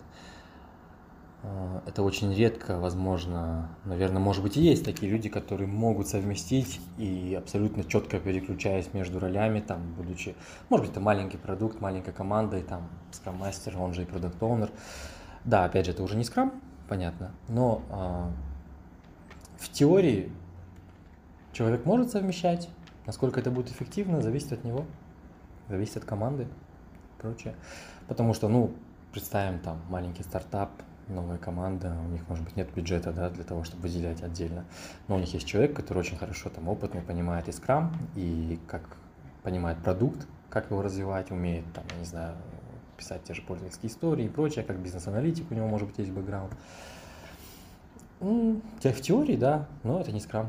Это очень редко, возможно, наверное, может быть и есть такие люди, которые могут совместить и абсолютно четко переключаясь между ролями, там, будучи, может быть, это маленький продукт, маленькая команда, и там скрам-мастер, он же и продакт-оунер. Да, опять же, это уже не скрам, понятно, но а, в теории человек может совмещать, насколько это будет эффективно, зависит от него, зависит от команды и прочее. Потому что, ну, представим там маленький стартап, новая команда, у них, может быть, нет бюджета, да, для того, чтобы выделять отдельно, но у них есть человек, который очень хорошо там опытный, понимает и скрам, и как понимает продукт, как его развивать, умеет там, я не знаю, писать те же пользовательские истории и прочее, как бизнес-аналитик, у него, может быть, есть бэкграунд. Ну, в теории, да, но это не скрам.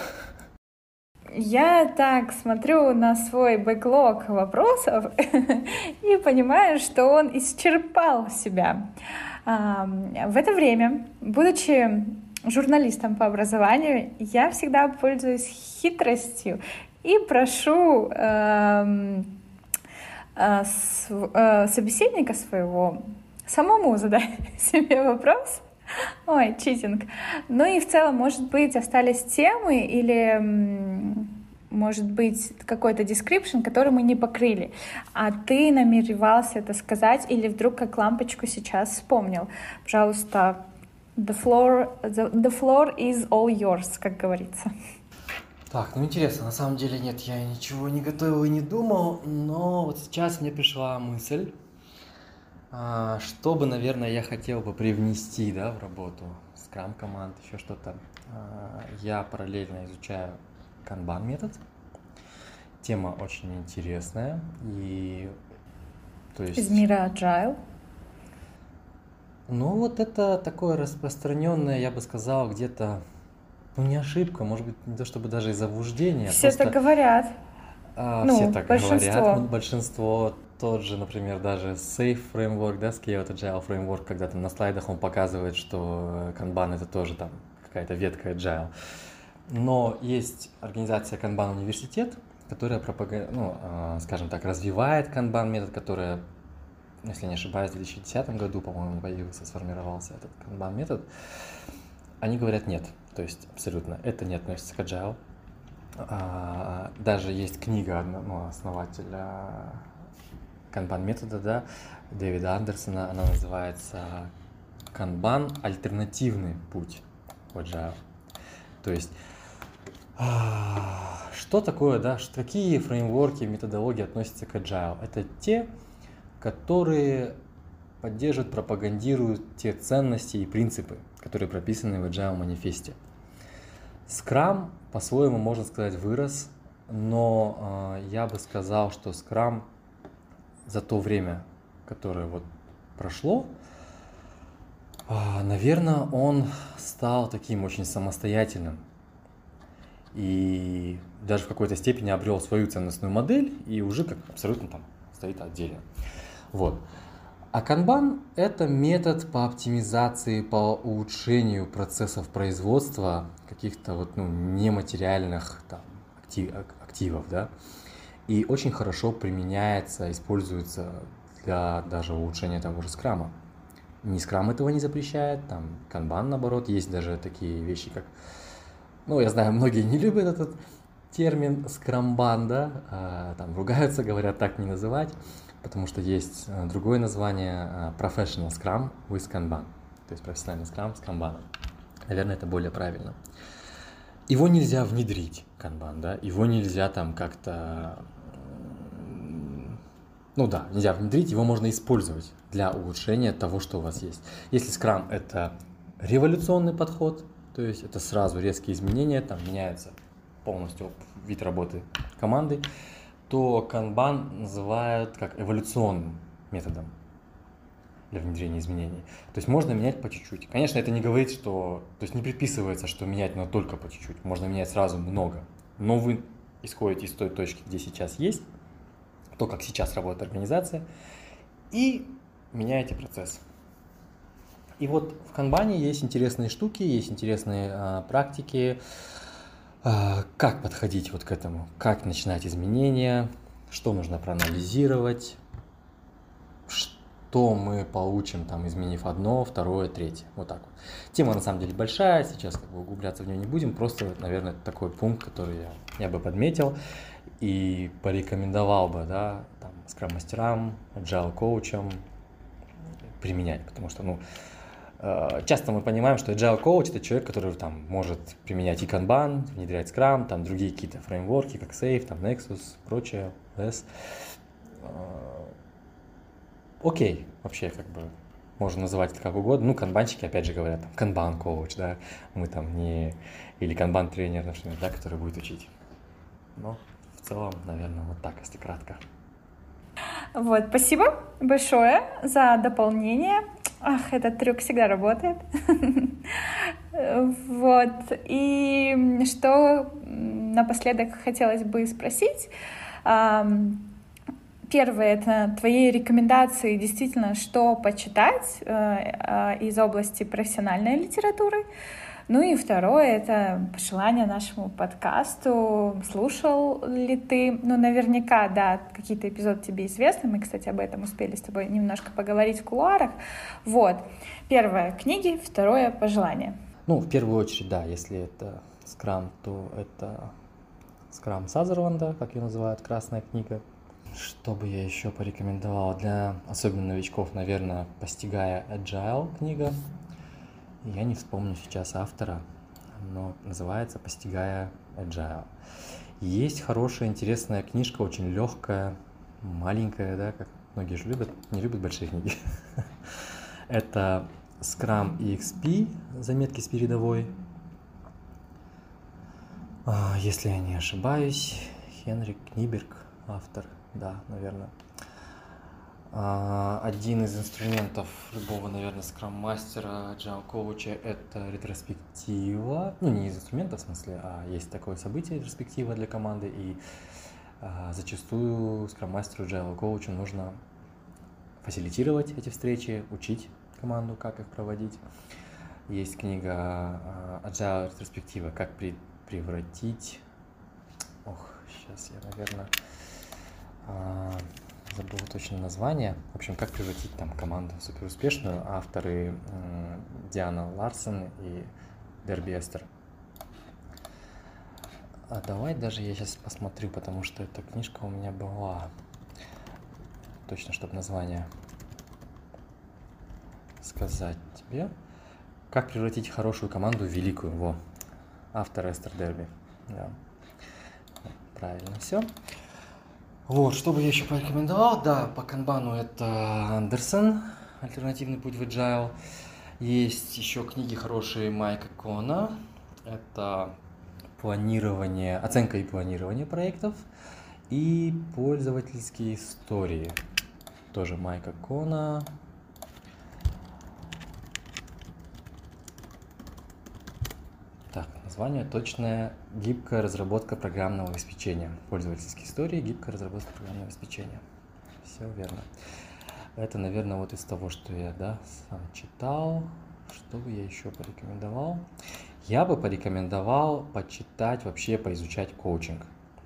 Я так смотрю на свой бэклог вопросов и понимаю, что он исчерпал себя. В это время, будучи журналистом по образованию, я всегда пользуюсь хитростью и прошу собеседника своего самому задать себе вопрос. Ой, читинг. Ну и в целом, может быть, остались темы или, может быть, какой-то description, который мы не покрыли, а ты намеревался это сказать или вдруг как лампочку сейчас вспомнил. Пожалуйста, the floor, the, the floor is all yours, как говорится. Так, ну интересно, на самом деле нет, я ничего не готовил и не думал, но вот сейчас мне пришла мысль, что бы, наверное, я хотел бы привнести, да, в работу Scrum команд, еще что-то. Я параллельно изучаю Kanban метод. Тема очень интересная. И, то есть, из мира Agile. Ну, вот это такое распространенное, я бы сказал, где-то, ну, не ошибка, может быть, не то чтобы даже и заблуждение. Все просто, так говорят. А, ну, все так большинство. говорят. Большинство. Тот же, например, даже Safe Framework, да, Scaled Agile Framework, когда там на слайдах он показывает, что Kanban это тоже там какая-то ветка Agile. Но есть организация Kanban университет, которая, пропаг... ну, скажем так, развивает Kanban метод, которая, если не ошибаюсь, в две тысячи десятом году, по-моему, появился, сформировался этот Kanban метод. Они говорят нет, то есть абсолютно это не относится к Agile. Даже есть книга одного основателя Kanban метода, да, Дэвида Андерсона, она называется Kanban альтернативный путь в Agile. То есть, что такое, да, какие фреймворки, методологии относятся к Agile? Это те, которые поддерживают, пропагандируют те ценности и принципы, которые прописаны в Agile манифесте. Scrum, по-своему, можно сказать, вырос, но э, я бы сказал, что Scrum за то время, которое вот прошло, наверное, он стал таким очень самостоятельным и даже в какой-то степени обрел свою ценностную модель и уже как абсолютно там стоит отдельно. Вот. А Kanban – это метод по оптимизации, по улучшению процессов производства каких-то вот, ну, нематериальных там, актив, активов, да. И очень хорошо применяется, используется для даже улучшения того же скрама. Ни скрам этого не запрещает, там Kanban, наоборот, есть даже такие вещи, как... Ну, я знаю, многие не любят этот термин скрамбан, да, а, там ругаются, говорят, так не называть, потому что есть другое название Professional Scrum with Kanban, то есть профессиональный скрам с Kanban. Наверное, это более правильно. Его нельзя внедрить, Kanban, да, его нельзя там как-то, ну да, нельзя внедрить, его можно использовать для улучшения того, что у вас есть. Если Scrum – это революционный подход, то есть это сразу резкие изменения, там меняется полностью вид работы команды, то Kanban называют как эволюционным методом для внедрения изменений. То есть можно менять по чуть-чуть. Конечно, это не говорит, что... То есть не предписывается, что менять надо только по чуть-чуть. Можно менять сразу много. Но вы исходите из той точки, где сейчас есть, то, как сейчас работает организация, и меняете процесс. И вот в Kanban есть интересные штуки, есть интересные а, практики, а, как подходить вот к этому, как начинать изменения, что нужно проанализировать, что мы получим, там, изменив одно, второе, третье. Вот так вот. Тема на самом деле большая, сейчас как бы углубляться в нее не будем, просто, наверное, такой пункт, который я, я бы подметил и порекомендовал бы, да, там, скрам-мастерам, agile-коучам применять, потому что, ну, часто мы понимаем, что agile coach – это человек, который там может применять и Kanban, внедрять Scrum, там другие какие-то фреймворки, как Safe, там Nexus, прочее, эс. Окей, вообще как бы можно называть это как угодно. Ну, канбанщики, опять же, говорят, там, Kanban coach, да, мы там не… Или Kanban тренер, например, да, который будет учить. Но в целом, наверное, вот так, если кратко. Вот, спасибо большое за дополнение. Ах, этот трюк всегда работает. Вот. И что напоследок хотелось бы спросить. Первое — это твои рекомендации, действительно, что почитать из области профессиональной литературы. Ну и второе — это пожелание нашему подкасту. Слушал ли ты? Ну, наверняка, да, какие-то эпизоды тебе известны. Мы, кстати, об этом успели с тобой немножко поговорить в кулуарах. Вот. Первое — книги, второе — пожелание. Ну, в первую очередь, да, если это Scrum, то это Scrum Сазерленда, как ее называют, красная книга. Что бы я еще порекомендовал для особенно новичков, наверное, «Постигая Agile» книга. Я не вспомню сейчас автора, но называется «Постигая Agile». Есть хорошая, интересная книжка, очень легкая, маленькая, да, как многие же любят, не любят большие книги. Это Scrum и икс пи, заметки с передовой. Если я не ошибаюсь, Хенрик Книберг, автор, да, наверное. Один из инструментов любого, наверное, скрам-мастера, agile-коуча — это ретроспектива. Ну, не из инструментов, в смысле, а есть такое событие, ретроспектива для команды, и а, зачастую скрам-мастеру, agile-коучу нужно фасилитировать эти встречи, учить команду, как их проводить. Есть книга Agile ретроспектива, как при, превратить... Ох, сейчас я, наверное... А... забыл точно название. В общем, как превратить там команду суперуспешную. Авторы э, Диана Ларсен и Дерби Эстер. А давай даже я сейчас посмотрю, потому что эта книжка у меня была. Точно, чтобы название сказать тебе. Как превратить хорошую команду в великую. Во. Автор Эстер Дерби. Да. Правильно все. Вот, что бы я еще порекомендовал, да, по канбану это Андерсон, «Альтернативный путь в Agile». Есть еще книги хорошие Майка Кона, это планирование, оценка и планирование проектов, и пользовательские истории, тоже Майка Кона. Так, название точное: «Гибкая разработка программного обеспечения». Пользовательские истории, гибкая разработка программного обеспечения. Все верно. Это, наверное, вот из того, что я, да, сам читал. Что бы я еще порекомендовал? Я бы порекомендовал почитать, вообще поизучать коучинг.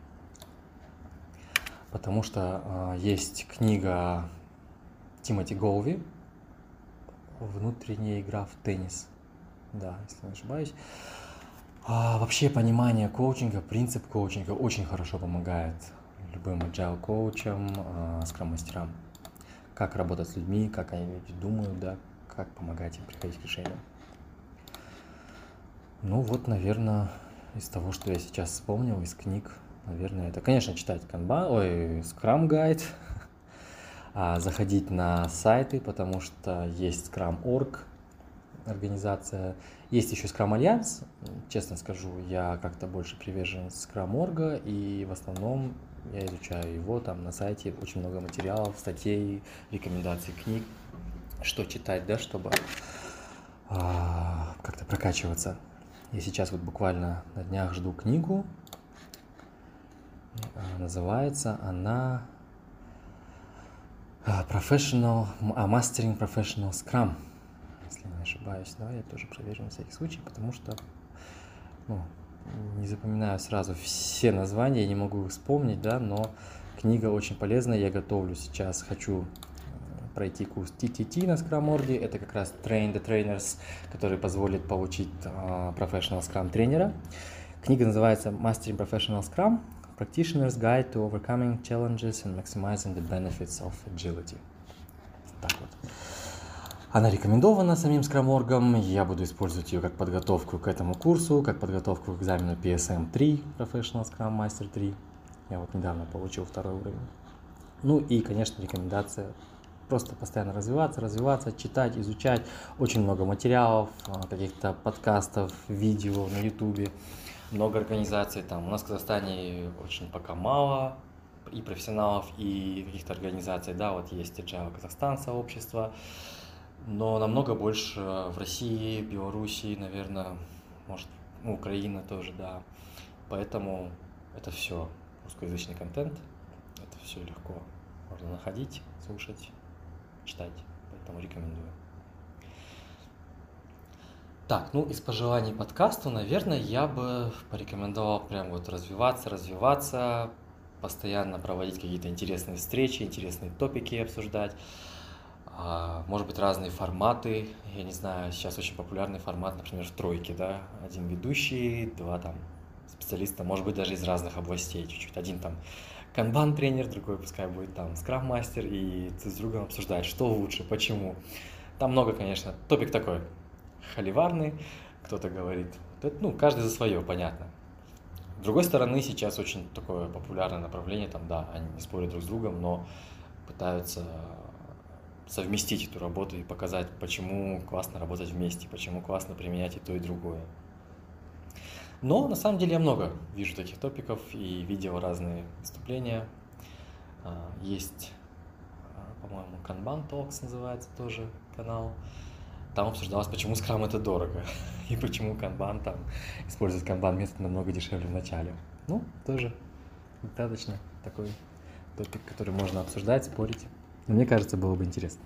Потому что э, есть книга Тимоти Голви «Внутренняя игра в теннис». Да, если не ошибаюсь. А вообще понимание коучинга, принцип коучинга очень хорошо помогает любым agile коучам, скрам-мастерам. Как работать с людьми, как они думают, да, как помогать им приходить к решению. Ну вот, наверное, из того, что я сейчас вспомнил, из книг, наверное, это, конечно, читать Kanban, ой, Scrum Guide, заходить на сайты, потому что есть Scrum точка орг, организация. Есть еще Scrum Alliance, честно скажу, я как-то больше привержен Scrum точка орг, и в основном я изучаю его, там на сайте очень много материалов, статей, рекомендаций книг, что читать, да, чтобы а, как-то прокачиваться. Я сейчас вот буквально на днях жду книгу, называется она Professional, Mastering Professional Scrum. Если не ошибаюсь, да, я тоже проверю на всякий случай, потому что, ну, не запоминаю сразу все названия, я не могу их вспомнить, да, но книга очень полезная, я готовлю сейчас, хочу пройти курс ти ти ти на Scrum точка орг, это как раз Train the Trainers, который позволит получить uh, Professional Scrum тренера. Книга называется Mastering Professional Scrum, Practitioner's Guide to Overcoming Challenges and Maximizing the Benefits of Agility. Так вот. Она рекомендована самим Scrum точка орг, я буду использовать ее как подготовку к этому курсу, как подготовку к экзамену пи эс эм три, Professional Scrum Master три. Я вот недавно получил второй уровень. Ну и, конечно, рекомендация просто постоянно развиваться, развиваться, читать, изучать. Очень много материалов, каких-то подкастов, видео на ютубе, много организаций там. У нас в Казахстане очень пока мало и профессионалов, и каких-то организаций, да, вот есть Agile Казахстан сообщество, но намного больше в России, Белоруссии, наверное, может, ну, Украина тоже, да. Поэтому это все русскоязычный контент, это все легко можно находить, слушать, читать, поэтому рекомендую. Так, ну из пожеланий подкасту, наверное, я бы порекомендовал прям вот развиваться, развиваться, постоянно проводить какие-то интересные встречи, интересные топики обсуждать. А, может быть, разные форматы. Я не знаю, сейчас очень популярный формат, например, в тройке, да, один ведущий, два там специалиста, может быть, даже из разных областей чуть-чуть. Один там канбан-тренер, другой пускай будет там скрам-мастер, и с другом обсуждать, что лучше, почему. Там много, конечно, топик такой холиварный, кто-то говорит, ну, каждый за свое, понятно. С другой стороны, сейчас очень такое популярное направление, там, да, они не спорят друг с другом, но пытаются совместить эту работу и показать, почему классно работать вместе, почему классно применять и то, и другое. Но на самом деле я много вижу таких топиков и видел разные выступления. Есть, по-моему, Kanban Talks называется тоже канал. Там обсуждалось, почему скрам это дорого и почему канбан там использовать канбан метод намного дешевле в начале. Ну, тоже достаточно такой топик, который можно обсуждать, спорить. Но мне кажется, было бы интересно.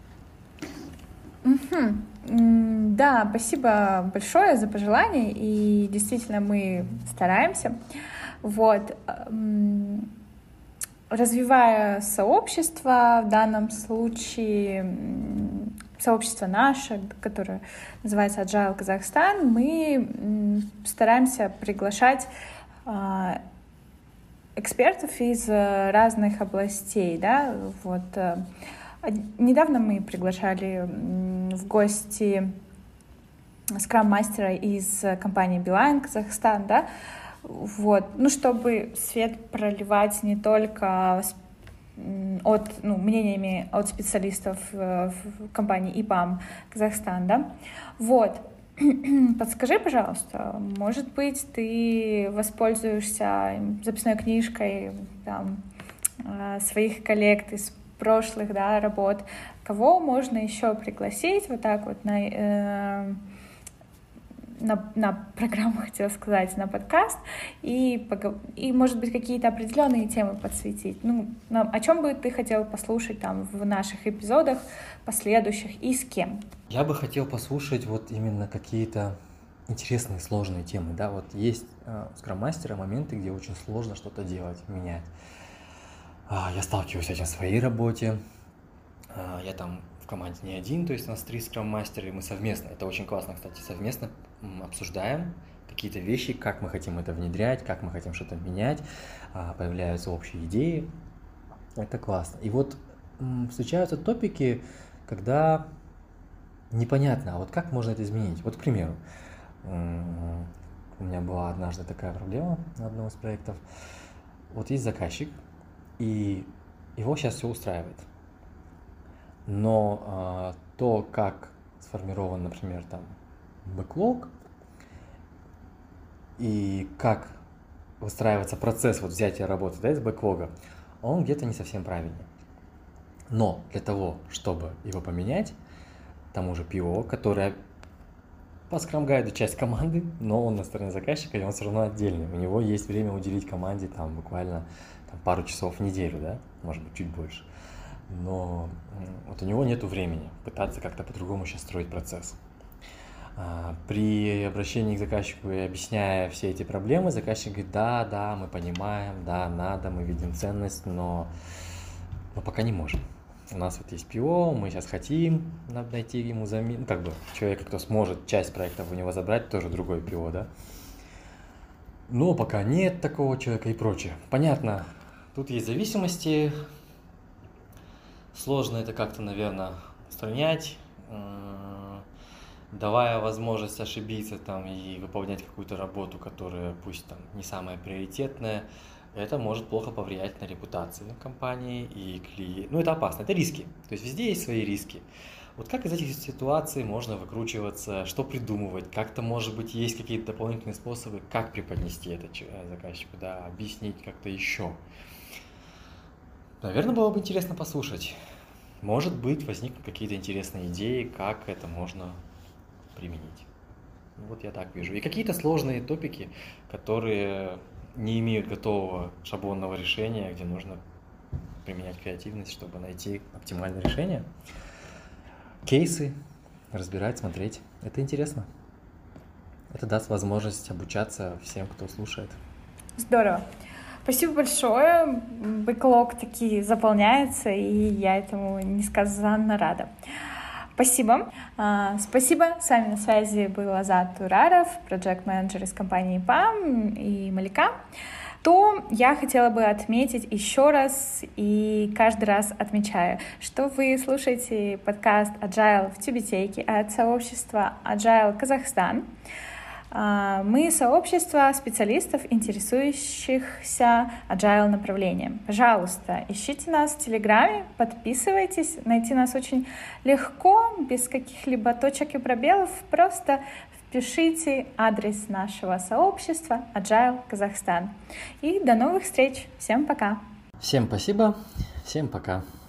Mm-hmm. Да, спасибо большое за пожелания, и действительно мы стараемся. Вот. Развивая сообщество, в данном случае сообщество наше, которое называется Agile Казахстан, мы стараемся приглашать экспертов из разных областей, да, вот. Недавно мы приглашали в гости скрам-мастера из компании Beeline Казахстан, да, вот, ну, чтобы свет проливать не только от, ну, мнениями от специалистов в компании и пам Казахстан, да, вот. Подскажи, пожалуйста, может быть, ты воспользуешься записной книжкой там, своих коллег из прошлых, да, работ, кого можно еще пригласить вот так вот на, э, на, на программу, хотела сказать, на подкаст, и, и, может быть, какие-то определенные темы подсветить. Ну, на, о чем бы ты хотел послушать там в наших эпизодах последующих и с кем? Я бы хотел послушать вот именно какие-то интересные, сложные темы, да, вот есть э, у скрам-мастера моменты, где очень сложно что-то делать, менять. Я сталкиваюсь с этим в своей работе, я там в команде не один, то есть у нас три скрам-мастера, и мы совместно, это очень классно, кстати, совместно обсуждаем какие-то вещи, как мы хотим это внедрять, как мы хотим что-то менять, появляются общие идеи, это классно. И вот встречаются топики, когда непонятно, а вот как можно это изменить. Вот, к примеру, у меня была однажды такая проблема на одном из проектов, вот есть заказчик, и его сейчас все устраивает. Но а, то, как сформирован, например, там бэклог, и как выстраивается процесс вот взятия работы, да, из бэклога, он где-то не совсем правильный. Но для того, чтобы его поменять, тому же пи о, которое по скрам-гайду часть команды, но он на стороне заказчика, и он все равно отдельный. У него есть время уделить команде там буквально там, пару часов в неделю, да, может быть, чуть больше. Но вот у него нет времени пытаться как-то по-другому сейчас строить процесс. При обращении к заказчику и объясняя все эти проблемы, заказчик говорит, да, да, мы понимаем, да, надо, мы видим ценность, но, но пока не можем. У нас вот есть пи о, мы сейчас хотим найти ему замену, ну, как бы человека, кто сможет часть проектов у него забрать, тоже другой пи о, да. Но пока нет такого человека и прочее. Понятно, тут есть зависимости, сложно это как-то, наверное, устранять, давая возможность ошибиться там и выполнять какую-то работу, которая пусть там не самая приоритетная. Это может плохо повлиять на репутацию компании и клиента. Ну, это опасно, это риски. То есть везде есть свои риски. Вот как из этих ситуаций можно выкручиваться, что придумывать? Как-то, может быть, есть какие-то дополнительные способы, как преподнести это заказчику, да, объяснить как-то еще. Наверное, было бы интересно послушать. Может быть, возникнут какие-то интересные идеи, как это можно применить. Вот я так вижу. И какие-то сложные топики, которые не имеют готового шаблонного решения, где нужно применять креативность, чтобы найти оптимальное решение. Кейсы разбирать, смотреть. Это интересно. это даст возможность обучаться всем, кто слушает. Здорово. Спасибо большое. Бэклог таки заполняется, и я этому несказанно рада. Спасибо. Спасибо. С вами на связи был Азат Ураров, проект-менеджер из компании ПАМ, и Малика. То я хотела бы отметить еще раз и каждый раз отмечаю, что вы слушаете подкаст Agile в Тюбетейке от сообщества Agile Казахстан. Мы сообщество специалистов, интересующихся Agile направлением. Пожалуйста, ищите нас в Телеграме, подписывайтесь. Найти нас очень легко, без каких-либо точек и пробелов. Просто пишите адрес нашего сообщества Agile Казахстан. И до новых встреч. Всем пока. Всем спасибо. Всем пока.